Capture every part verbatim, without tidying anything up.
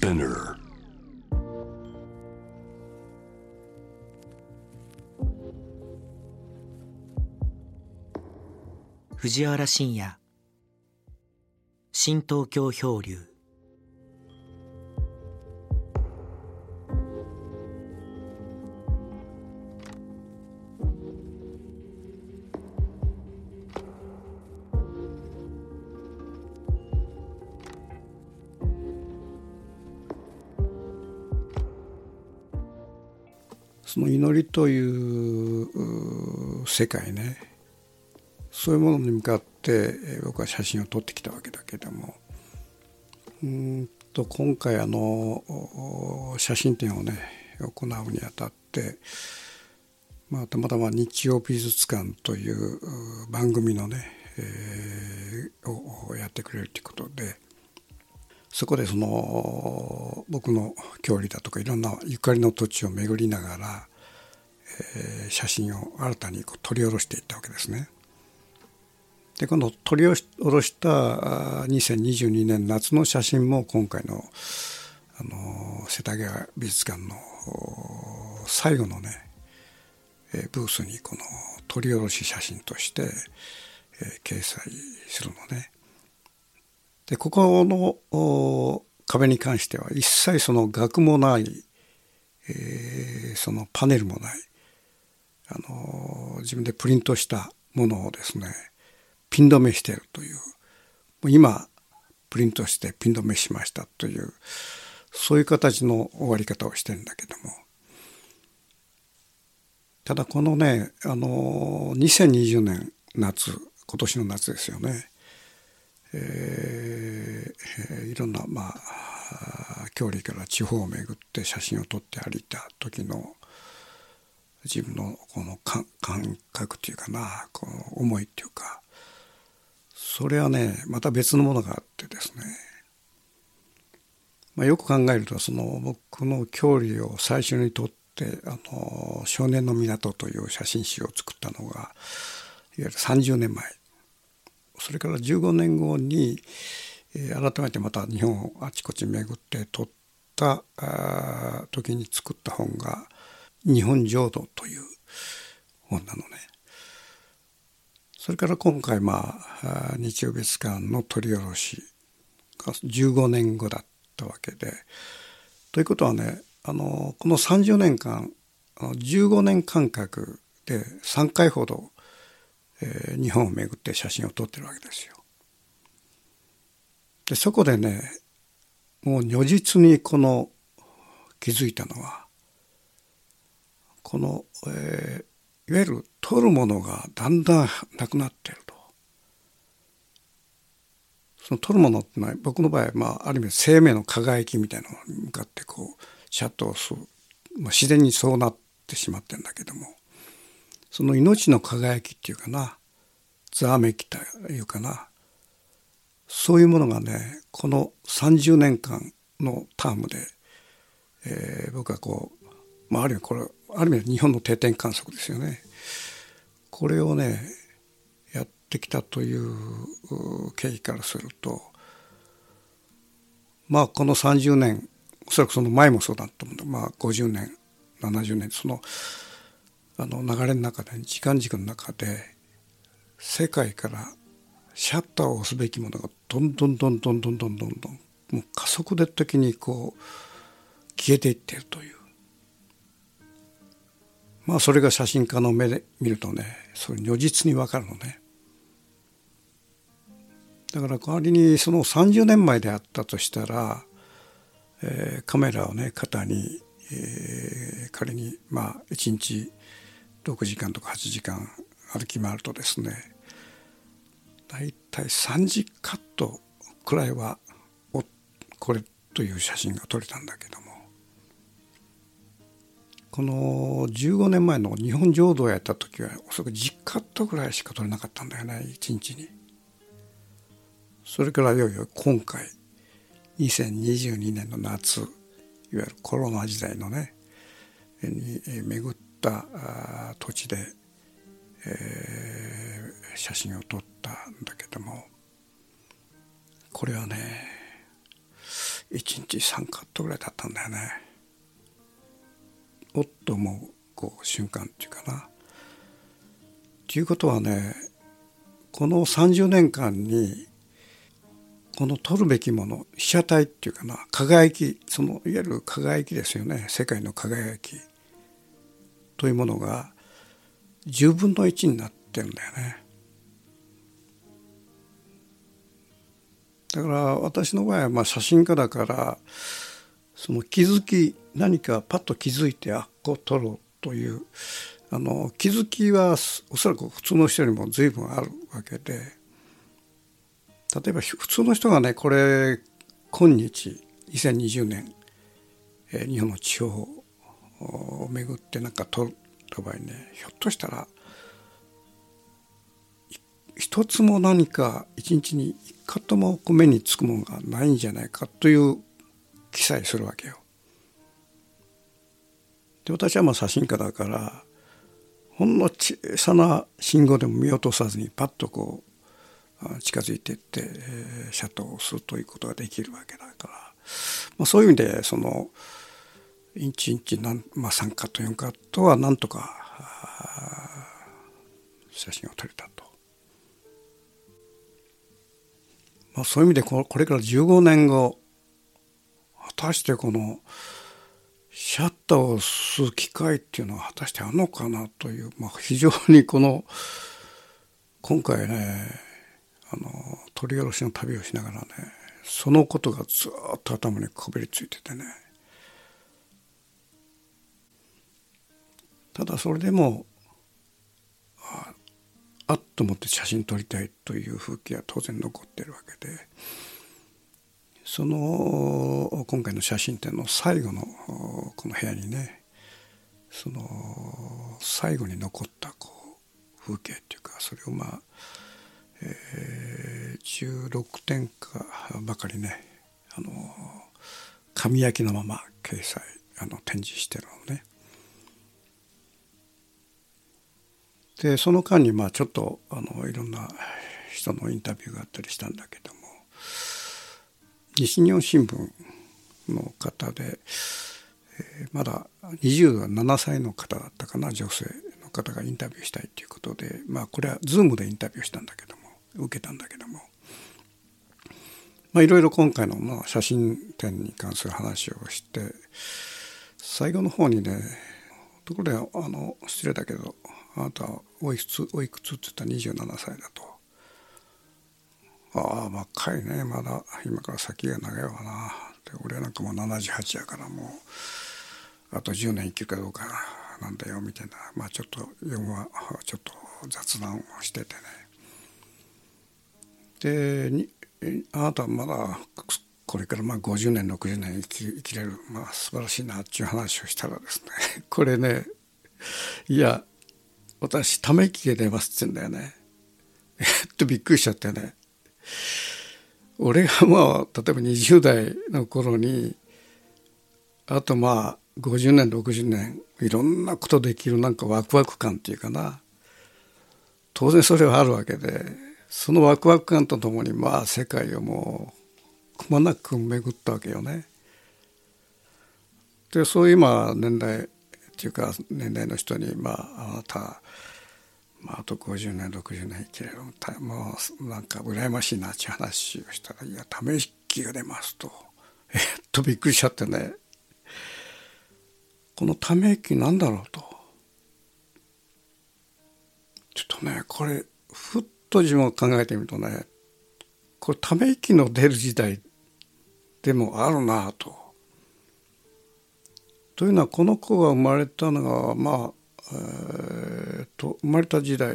Spinner. 藤原信也、新東京漂流。 その祈りという世界ね、そういうものに向かって僕は写真を撮ってきたわけだけども、うんと今回あの写真展をね行うにあたって、まあ、たまたま日曜美術館という番組のね、えー、をやってくれるということで、そこでその僕の郷里だとかいろんなゆかりの土地を巡りながら、えー、写真を新たにこう取り下ろしていったわけですね。でこの取り下ろしたにせんにじゅうにねん夏の写真も今回の、あの世田谷美術館の最後のねブースにこの取り下ろし写真として、えー、掲載するのね。でここの壁に関しては一切その額もない、えー、そのパネルもない、あの自分でプリントしたものをですねピン止めしているという、もう今プリントしてピン止めしましたという、そういう形の終わり方をしてるんだけども、ただこのね、あのにせんにじゅうねん夏、今年の夏ですよね、えー、いろんなまあ郷里から地方を巡って写真を撮って歩いた時の自分のこの感覚というかな、この思いっていうか、それはねまた別のものがあってですね、まあ、よく考えるとその僕の郷里を最初に撮ってあの少年の港という写真集を作ったのがいわゆるさんじゅうねんまえ、それからじゅうごねんごに、えー、改めてまた日本をあちこち巡って撮ったあ時に作った本が日本浄土という本なのね。それから今回まあ日曜美術館の取り下ろしがじゅうごねんごだったわけで、ということはね、あのこのさんじゅうねんかんじゅうごねん間隔でさんかいほど、えー、日本を巡って写真を撮ってるわけですよ。でそこでねもう如実にこの気づいたのはこの、えーいわゆる撮るものがだんだんなくなっていると。その撮るものってのは僕の場合は、まあ、ある意味生命の輝きみたいなのに向かってこうシャットをする、まあ、自然にそうなってしまってるんだけども、その命の輝きっていうかな、ざわめきというかな、そういうものがねこのさんじゅうねんかんのタームで、えー、僕はこう、まあ、ある意味これある意味日本の定点観測ですよね。これをねやってきたという経緯からすると、まあこのさんじゅうねん、おそらくその前もそうだったもんで、まあごじゅうねんななじゅうねん、そのあの流れの中で時間軸の中で世界からシャッターを押すべきものがどんどんどんどんどんどんどんどんもう加速で的にこう消えていっているという、まあそれが写真家の目で見るとね、それ如実に分かるのね。だから代わりにそのさんじゅうねんまえであったとしたら、えー、カメラをね肩に、えー、仮にまあいちにちろくじかんとかはちじかん歩き回るとですね、だいたいさんじカットくらいはおこれという写真が撮れたんだけども、このじゅうごねんまえの日本浄土をやった時はおそらくじゅっカットぐらいしか撮れなかったんだよね、いちにちに。それからいよいよ今回にせんにじゅうにねんの夏、いわゆるコロナ時代のねに巡った土地で、えー、写真を撮ったんだけども、これはねいちにちさんカットぐらいだったんだよね。おっと思うこう瞬間っていうかな。っていうことはね、このさんじゅうねんかんにこの取るべきもの、被写体っていうかな、輝き、そのいわゆる輝きですよね。世界の輝きというものがじゅうぶんのいちになってるんだよね。だから私の場合はまあ写真家だから、その気づき、何かパッと気づいて、あ、こう撮ろうというあの気づきはおそらく普通の人よりも随分あるわけで、例えば普通の人がね、これ今日にせんにじゅうねん、えー、日本の地方を巡ってなんか撮った場合ね、ひょっとしたら一つも何か一日に一カットも目につくものがないんじゃないかという記載するわけよ。で、私はまあ写真家だから、ほんの小さな信号でも見落とさずにパッとこう近づいていって、えー、シャッターを押すということができるわけだから、まあ、そういう意味でそのいちにち何、まあ、さんカットよんカットはなんとか写真を撮れたと。まあ、そういう意味でこれからじゅうごねんご、果たしてこのシャッターを押す機会っていうのは果たしてあるのかなという、まあ、非常にこの今回ね、あの撮り下ろしの旅をしながらね、そのことがずっと頭にこびりついててね、ただそれでもああっと思って写真撮りたいという風景は当然残ってるわけで、その今回の写真展の最後のこの部屋にね、その最後に残ったこう風景っていうか、それをまあ、えー、じゅうろくてんかばかりね、あの紙焼きのまま掲載あの展示してるのね。でその間にまあちょっとあのいろんな人のインタビューがあったりしたんだけども、西日本新聞の方で、えー、まだにじゅうななさいの方だったかな、女性の方がインタビューしたいということで、まあこれは Zoom でインタビューしたんだけども、受けたんだけども、まあいろいろ今回のまあ写真展に関する話をして、最後の方にね、ところであの失礼だけど、あなたおいくつおいくつって言ったらにじゅうななさいだと。ああ若いね、まだ今から先が長いわな。で俺なんかもうななじゅうはちやから、もうあとじゅうねん生きるかどうかなんだよみたいな、まあちょっと読むはちょっと雑談をしててね。でにあなたはまだこれからまあごじゅうねんろくじゅうねん生き、生きれる、まあ素晴らしいなっていう話をしたらですね、これね、いや私ため息が出ますって言うんだよね。えっとびっくりしちゃってね。俺がまあ例えばにじゅう代の頃に、あとまあごじゅうねんろくじゅうねんいろんなことできるなんかワクワク感っていうかな、当然それはあるわけで、そのワクワク感とともにまあ世界をもうくまなく巡ったわけよね。でそういう今年代っていうか年代の人に、まああなた、まあ、あとごじゅうねんろくじゅうねん生きれる、もうなんか羨ましいなっていう話をしたら、いやため息が出ますと、えっとびっくりしちゃってね、このため息なんだろうと、ちょっとねこれふっと自分を考えてみるとね、これため息の出る時代でもあるなと。というのはこの子が生まれたのがまあ、えー、と生まれた時代、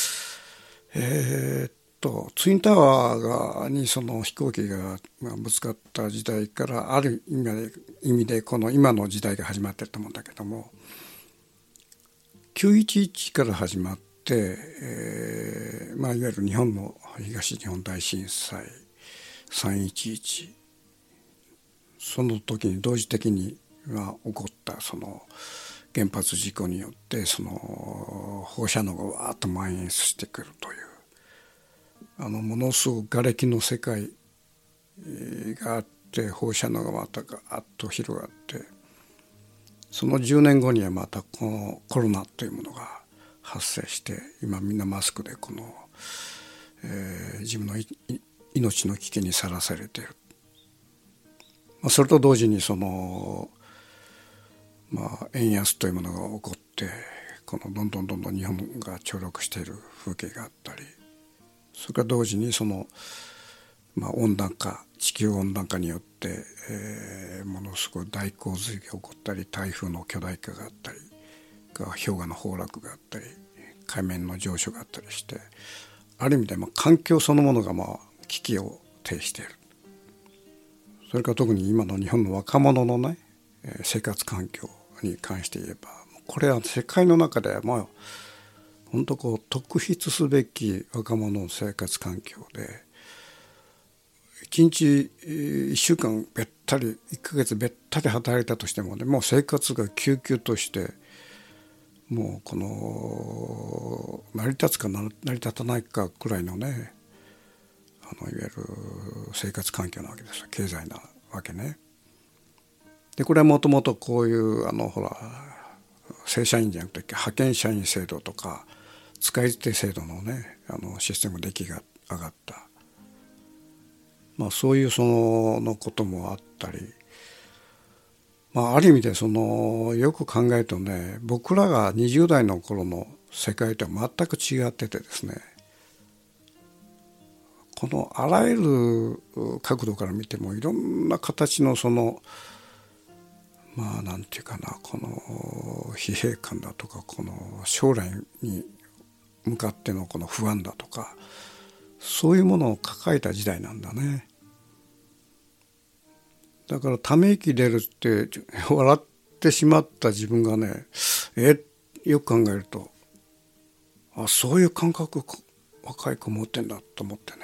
えー、っとツインタワーがにその飛行機がぶつかった時代から、ある意味で意味でこの今の時代が始まってると思うんだけども、きゅういちいちから始まって、えーまあ、いわゆる日本の東日本大震災、さんいちいち、その時に同時的にが起こったその原発事故によって、その放射能がわーっと蔓延してくるという、あのものすごく瓦礫の世界があっって放射能がまたガーッと広がって、そのじゅうねんごにはまたこのコロナというものが発生して、今みんなマスクでこの、えー、自分の命の危険にさらされている。まあ、それと同時にその、まあ、円安というものが起こって、このどんどんどんどん日本が協力している風景があったり、それから同時にその、まあ、温暖化、地球温暖化によって、えー、ものすごい大洪水が起こったり、台風の巨大化があったり、氷河の崩落があったり、海面の上昇があったりして、ある意味でまあ環境そのものがまあ危機を呈している。それから特に今の日本の若者のね、生活環境に関して言えば、これは世界の中でまあ本当こう特筆すべき若者の生活環境で、一日一週間べったり、一ヶ月べったり働いたとしてもね、もう生活が救急としてもうこの成り立つか成り立たないかくらいのね、あのいわゆる生活環境なわけですよ。経済なわけね。でこれはもともとこういうあのほら正社員じゃなくて派遣社員制度とか使い捨て制度のね、あのシステム出来が上がった、まあ、そういうそののこともあったり、まあ、ある意味でそのよく考えるとね、僕らがにじゅう代の頃の世界とは全く違っててですね、このあらゆる角度から見てもいろんな形のそのまあなんていうかな、この疲弊感だとか、この将来に向かってのこの不安だとか、そういうものを抱えた時代なんだね。だからため息出るって笑ってしまった自分がね、えよく考えると、あそういう感覚若い子持ってんだと思ってね。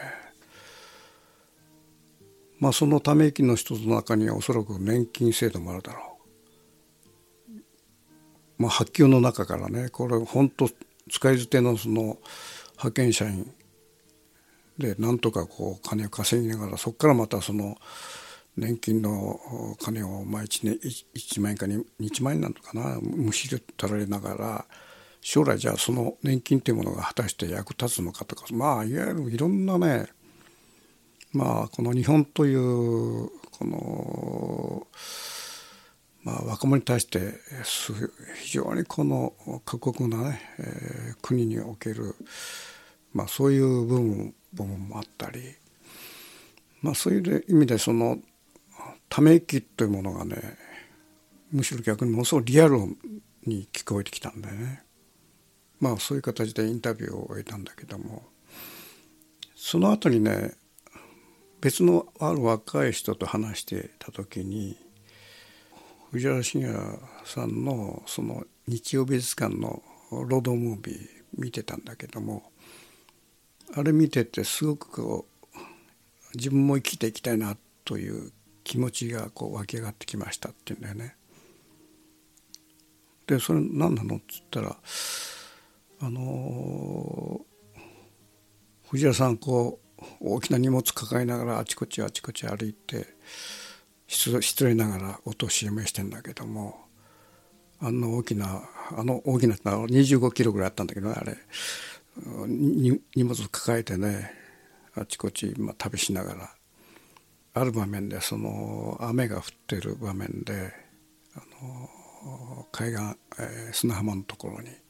まあそのため息の一つの中にはおそらく年金制度もあるだろう。まあ発給の中からね、これ本当使い捨てのその派遣社員でなんとかこう金を稼ぎながら、そこからまたその年金の金を毎日ねいちまん円かにいちまん円なのかな、むしろ取られながら、将来じゃあその年金というものが果たして役立つのかとか、まあいわゆるいろんなね、まあこの日本というこのまあ若者に対して非常にこの過酷なね、えー、国におけるまあそういう部分部分もあったり、まあそういう意味でそのため息というものがね、むしろ逆にものすごいリアルに聞こえてきたんでね、まあそういう形でインタビューを終えたんだけども、その後にね、別のある若い人と話してた時に、藤原信也さんのその日曜美術館のロードムービー見てたんだけども、あれ見ててすごくこう自分も生きていきたいなという気持ちがこう湧き上がってきましたっていうんだよね。でそれ何なのっつったら、あのー、藤原さんこう大きな荷物抱えながらあちこちあちこち歩いて失礼ながらお年を召してんだけども、あの大きなあの大きなにじゅうごキロぐらいあったんだけどね、あれ荷物抱えてね、あちこち今旅しながら、ある場面でその雨が降ってる場面で、あの海岸、えー、砂浜のところに、えー、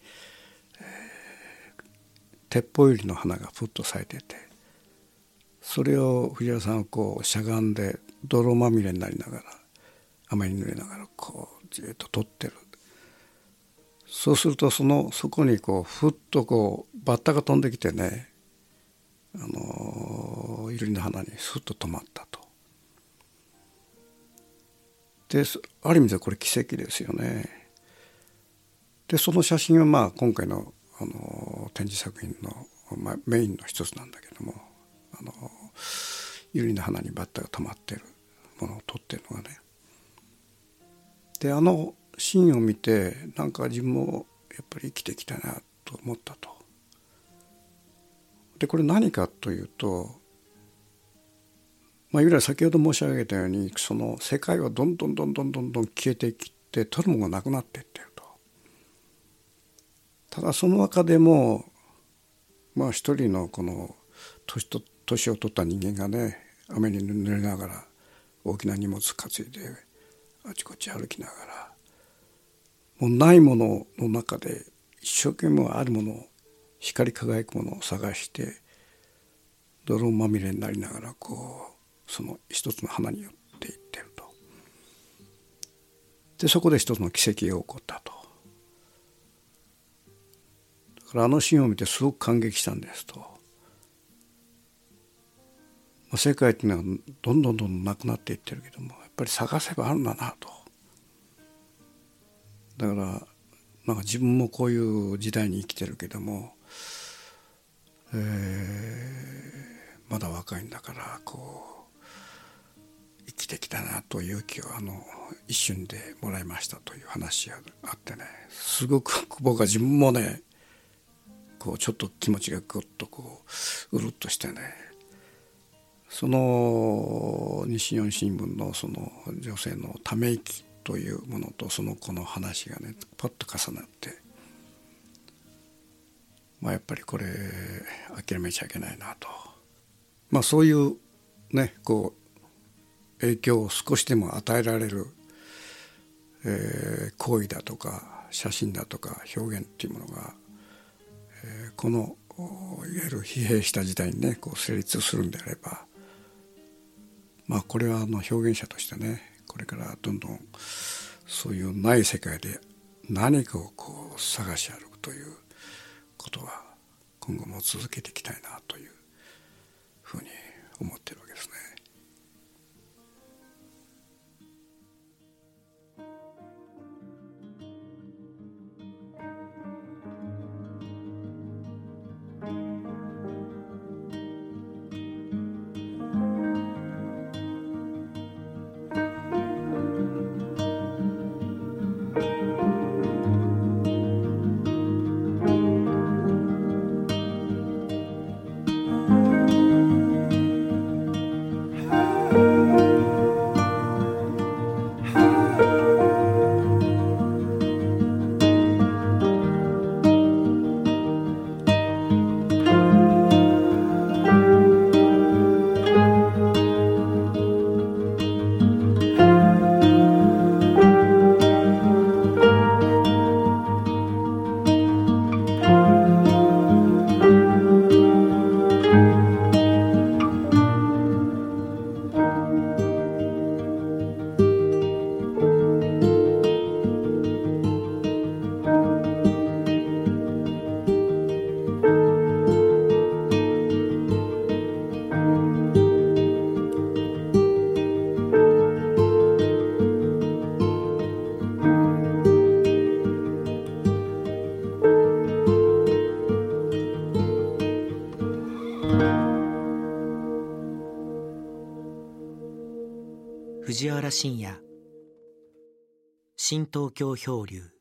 鉄砲百合の花がふっと咲いてて、それを藤原さんはこうしゃがんで泥まみれになりながら、雨に濡れながらこうじっと撮ってる。そうするとそのそこにこうふっとこうバッタが飛んできてね、あの百合の花にスッと止まったと。である意味でこれ奇跡ですよね。でその写真はまあ今回の、あの展示作品の、まあ、メインの一つなんだけども、あの百合の花にバッタが止まってるものを撮ってるのがね。であのシーンを見て、なんか自分もやっぱり生きてきたなと思ったと。でこれ何かというと、 まあ、いわゆる先ほど申し上げたようにその世界はどんどんどんどんどんどん消えていって取るものがなくなっていっていると。ただその中でもまあ一人のこの年と年を取った人間がね雨に濡れながら大きな荷物担いであちこち歩きながらもうないものの中で一生懸命あるものを光り輝くものを探して泥まみれになりながらこうその一つの花に寄っていってると。でそこで一つの奇跡が起こったと。だからあのシーンを見てすごく感激したんですと。まあ、世界っていうのはどんどんどんどんなくなっていってるけどもやっぱり探せばあるんだなと。だからなんか自分もこういう時代に生きてるけども、えー、まだ若いんだからこう生きてきたなという気をあの一瞬でもらいましたという話があってね、すごく僕は自分もねこうちょっと気持ちがぐっとこううるっとしてね、その西日本新聞のその女性のため息というものとその子の話がねパッと重なって、まあ、やっぱりこれ諦めちゃいけないなと、まあ、そういうねこう影響を少しでも与えられる、えー、行為だとか写真だとか表現っていうものが、えー、このいわゆる疲弊した時代にねこう成立するんであれば、まあこれはあの表現者としてねこれからどんどんそういうない世界で何かをこう探し歩くということは今後も続けていきたいなというふうに思っているわけですね。 藤原信也、新東京漂流。